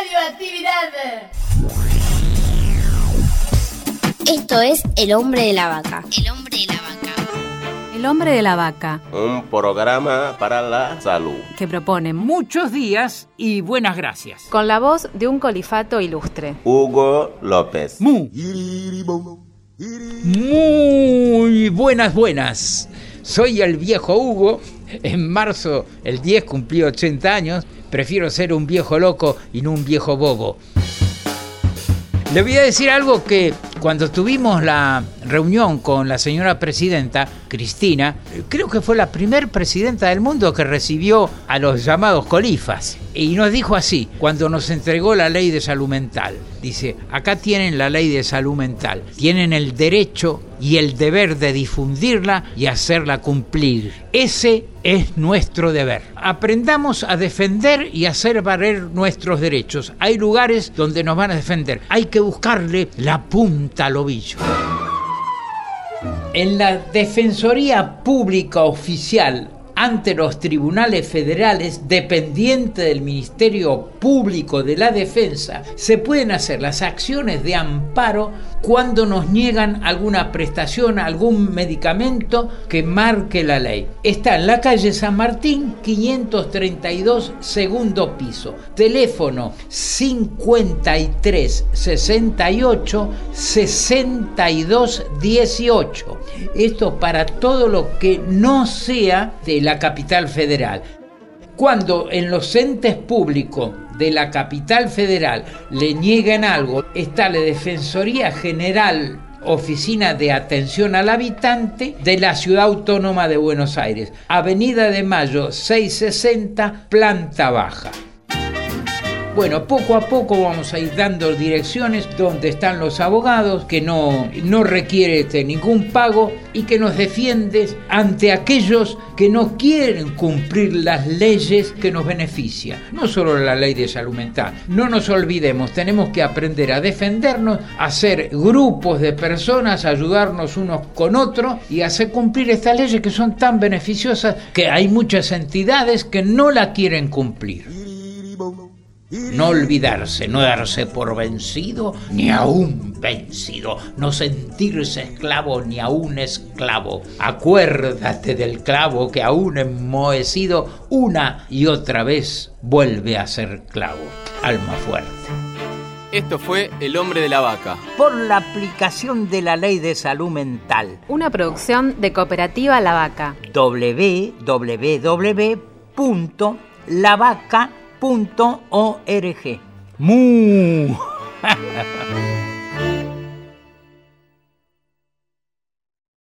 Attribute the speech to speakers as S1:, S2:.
S1: radioactividad.
S2: Esto es El Hombre de la Vaca.
S3: El Hombre de la Vaca.
S4: El Hombre de la Vaca.
S5: Un programa para la salud.
S4: Que propone
S6: muchos días y buenas gracias.
S7: Con la voz de un colifato ilustre.
S5: Hugo López.
S6: Muy buenas. Soy el viejo Hugo. En marzo, el 10, cumplí 80 años. Prefiero ser un viejo loco y no un viejo bobo. Le voy a decir algo que cuando tuvimos la reunión con la señora presidenta, Cristina, creo que fue la primer presidenta del mundo que recibió a los llamados colifas. Y nos dijo así, cuando nos entregó la ley de salud mental. Dice, acá tienen la ley de salud mental. Tienen el derecho y el deber de difundirla y hacerla cumplir. Ese es nuestro deber. Aprendamos a defender y hacer valer nuestros derechos. Hay lugares donde nos van a defender. Hay que buscarle la punta al ovillo. En la Defensoría Pública Oficial ante los tribunales federales, dependiente del Ministerio Público de la Defensa, se pueden hacer las acciones de amparo cuando nos niegan alguna prestación, algún medicamento que marque la ley. Está en la calle San Martín, 532, segundo piso. Teléfono 53 68 62 18. Esto para todo lo que no sea de la capital federal. Cuando en los entes públicos de la capital federal le niegan algo, está la Defensoría General, Oficina de Atención al Habitante de la Ciudad Autónoma de Buenos Aires, Avenida de Mayo 660, planta baja. Bueno, poco a poco vamos a ir dando direcciones donde están los abogados, que no requiere ningún pago y que nos defiende ante aquellos que no quieren cumplir las leyes que nos benefician. No solo la ley de salud mental. No nos olvidemos, tenemos que aprender a defendernos, a hacer grupos de personas, ayudarnos unos con otros y hacer cumplir estas leyes que son tan beneficiosas que hay muchas entidades que no la quieren cumplir. No olvidarse, no darse por vencido, ni aún vencido. No sentirse esclavo, ni aún esclavo. Acuérdate del clavo que aún enmohecido, una y otra vez vuelve a ser clavo. Alma fuerte.
S8: Esto fue El Hombre de la Vaca.
S6: Por la aplicación de la Ley de Salud Mental.
S7: Una producción de Cooperativa La Vaca.
S6: www.lavaca.org. ¡Mu!